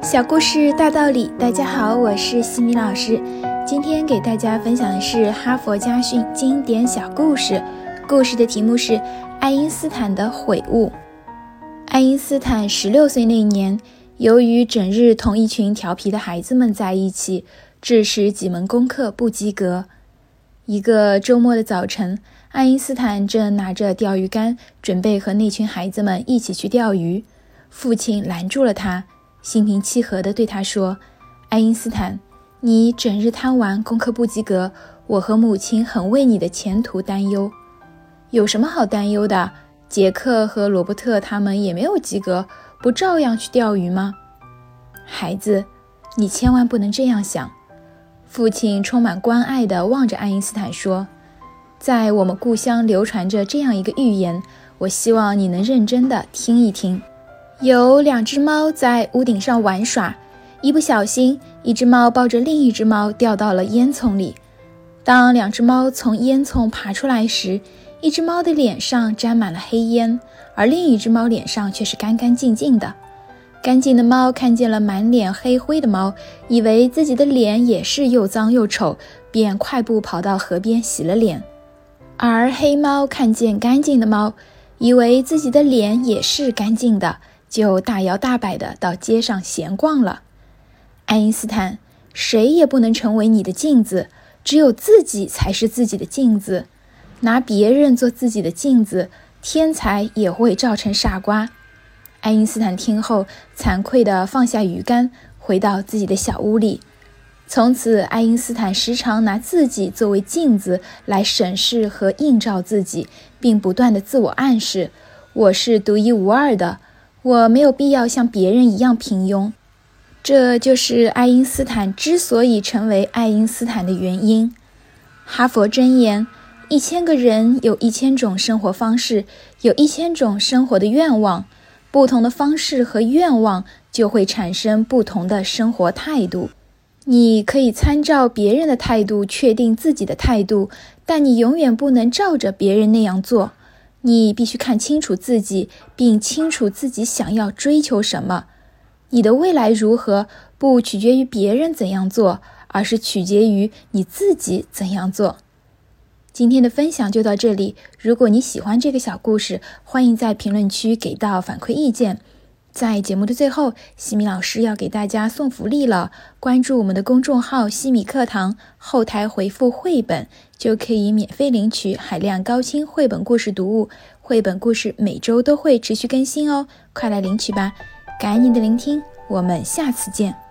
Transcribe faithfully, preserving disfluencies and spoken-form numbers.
小故事大道理，大家好，我是西米老师。今天给大家分享的是哈佛家训经典小故事，故事的题目是爱因斯坦的悔悟。爱因斯坦十六岁那年，由于整日同一群调皮的孩子们在一起，致使几门功课不及格。一个周末的早晨，爱因斯坦正拿着钓鱼竿，准备和那群孩子们一起去钓鱼。父亲拦住了他，心平气和地对他说：爱因斯坦，你整日贪玩，功课不及格，我和母亲很为你的前途担忧。有什么好担忧的？杰克和罗伯特他们也没有及格，不照样去钓鱼吗？孩子，你千万不能这样想。父亲充满关爱地望着爱因斯坦说：在我们故乡流传着这样一个寓言，我希望你能认真地听一听。有两只猫在屋顶上玩耍，一不小心，一只猫抱着另一只猫掉到了烟囱里。当两只猫从烟囱爬出来时，一只猫的脸上沾满了黑烟，而另一只猫脸上却是干干净净的。干净的猫看见了满脸黑灰的猫，以为自己的脸也是又脏又丑，便快步跑到河边洗了脸。而黑猫看见干净的猫，以为自己的脸也是干净的，就大摇大摆地到街上闲逛了。爱因斯坦，谁也不能成为你的镜子，只有自己才是自己的镜子。拿别人做自己的镜子，天才也会照成傻瓜。爱因斯坦听后，惭愧地放下鱼竿，回到自己的小屋里。从此，爱因斯坦时常拿自己作为镜子来审视和映照自己，并不断地自我暗示：我是独一无二的，我没有必要像别人一样平庸。这就是爱因斯坦之所以成为爱因斯坦的原因。哈佛箴言：一千个人有一千种生活方式，有一千种生活的愿望。不同的方式和愿望就会产生不同的生活态度。你可以参照别人的态度确定自己的态度，但你永远不能照着别人那样做。你必须看清楚自己，并清楚自己想要追求什么。你的未来如何，不取决于别人怎样做，而是取决于你自己怎样做。今天的分享就到这里，如果你喜欢这个小故事，欢迎在评论区给到反馈意见。在节目的最后，西米老师要给大家送福利了，关注我们的公众号西米课堂，后台回复绘本，就可以免费领取海量高清绘本故事读物，绘本故事每周都会持续更新哦，快来领取吧。感恩您的聆听，我们下次见。